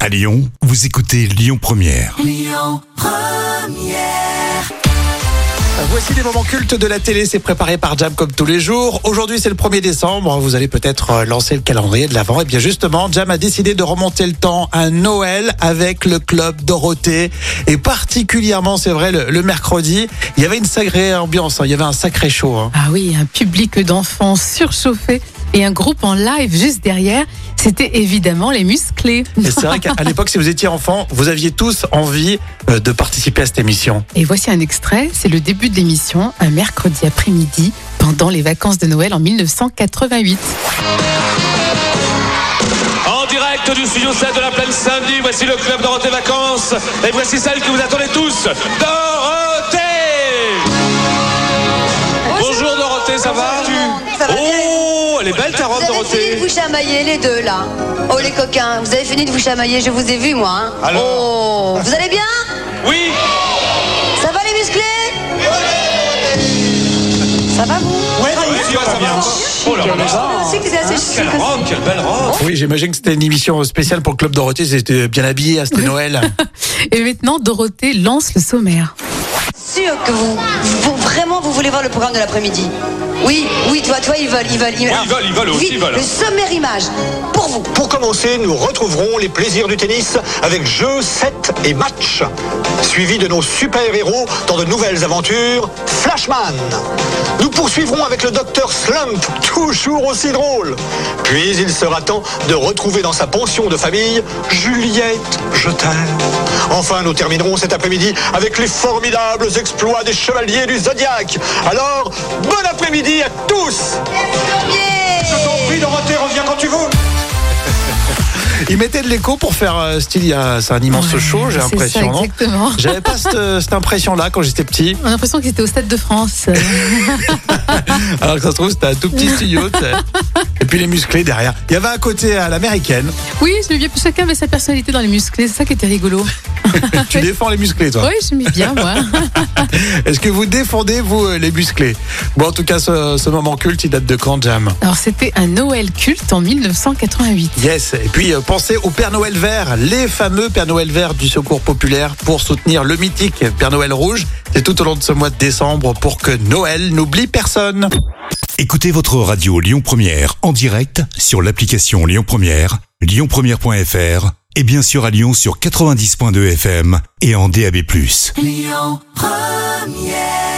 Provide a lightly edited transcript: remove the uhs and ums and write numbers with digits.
À Lyon, vous écoutez Lyon Première. Lyon Première. Voici des moments cultes de la télé, c'est préparé par Jam comme tous les jours. Aujourd'hui c'est le 1er décembre, vous allez peut-être lancer le calendrier de l'Avent. Et bien justement, Jam a décidé de remonter le temps à Noël avec le Club Dorothée. Et particulièrement, c'est vrai, le mercredi, il y avait une sacrée ambiance, il y avait un sacré show. Ah oui, un public d'enfants surchauffés et un groupe en live juste derrière. C'était évidemment les Musclés. Et c'est vrai qu'à l'époque, si vous étiez enfant, vous aviez tous envie de participer à cette émission. Et voici un extrait, c'est le début de l'émission, un mercredi après-midi, pendant les vacances de Noël en 1988. En direct du studio 7 de la Plaine Saint-Denis, voici le Club Dorothée Vacances. Et voici celle que vous attendez tous, Dorothée. Bonjour Dorothée, ça va? Ça va bien. Oh, elle est belle ta robe, Vous avez fini Dorothée. de vous chamailler les deux là. Oh les coquins, vous avez fini de vous chamailler, je vous ai vu moi. Hein. Alors Oh, vous allez bien? Oui. Ça va les musclés? Ça va vous? Oui, ça va. Oh là là. Je sais que c'est assez Quelle chic. robe, quelle belle robe. Oui, j'imagine que c'était une émission spéciale pour le Club Dorothée, c'était bien habillé, c'était Noël. Et maintenant, Dorothée lance le sommaire. Sûr que vous vraiment vous voulez voir le programme de l'après-midi? Oui, toi, ils veulent. ils veulent aussi, Vite, ils veulent. le sommaire image, pour vous. Pour commencer, nous retrouverons les plaisirs du tennis avec jeux, sets et matchs. Suivi de nos super-héros dans de nouvelles aventures, Flashman. Nous poursuivrons avec le docteur Slump, toujours aussi drôle. Puis il sera temps de retrouver dans sa pension de famille Juliette, je t'aime. Enfin, nous terminerons cet après-midi avec les formidables exploits des chevaliers du Zodiaque. Alors, bon après-midi à tous. Je t'en prie, Dorothée, reviens quand tu veux. Ils mettaient de l'écho pour faire style, c'est un immense Ouais, show, j'ai c'est l'impression, ça, non? exactement. J'avais pas cette impression-là quand j'étais petit. On a l'impression qu'ils étaient au Stade de France. Alors que ça se trouve, c'était un tout petit studio, tu sais. Et puis les musclés derrière. Il y avait un côté à l'américaine. Oui, j'aimais bien. Chacun avait sa personnalité dans les Musclés. C'est ça qui était rigolo. Tu défends les musclés, toi. Oui, j'aimais bien, moi. Est-ce que vous défendez, vous, les musclés? Bon, en tout cas, ce moment culte, il date de quand, Jam? Alors, c'était un Noël culte en 1988. Yes. Et puis, pensez au Père Noël vert, les fameux Père Noël vert du Secours populaire pour soutenir le mythique Père Noël rouge. C'est tout au long de ce mois de décembre pour que Noël n'oublie personne. Écoutez votre radio Lyon Première en direct sur l'application Lyon Première, lyonpremière.fr et bien sûr à Lyon sur 90.2 FM et en DAB+. Lyon Première.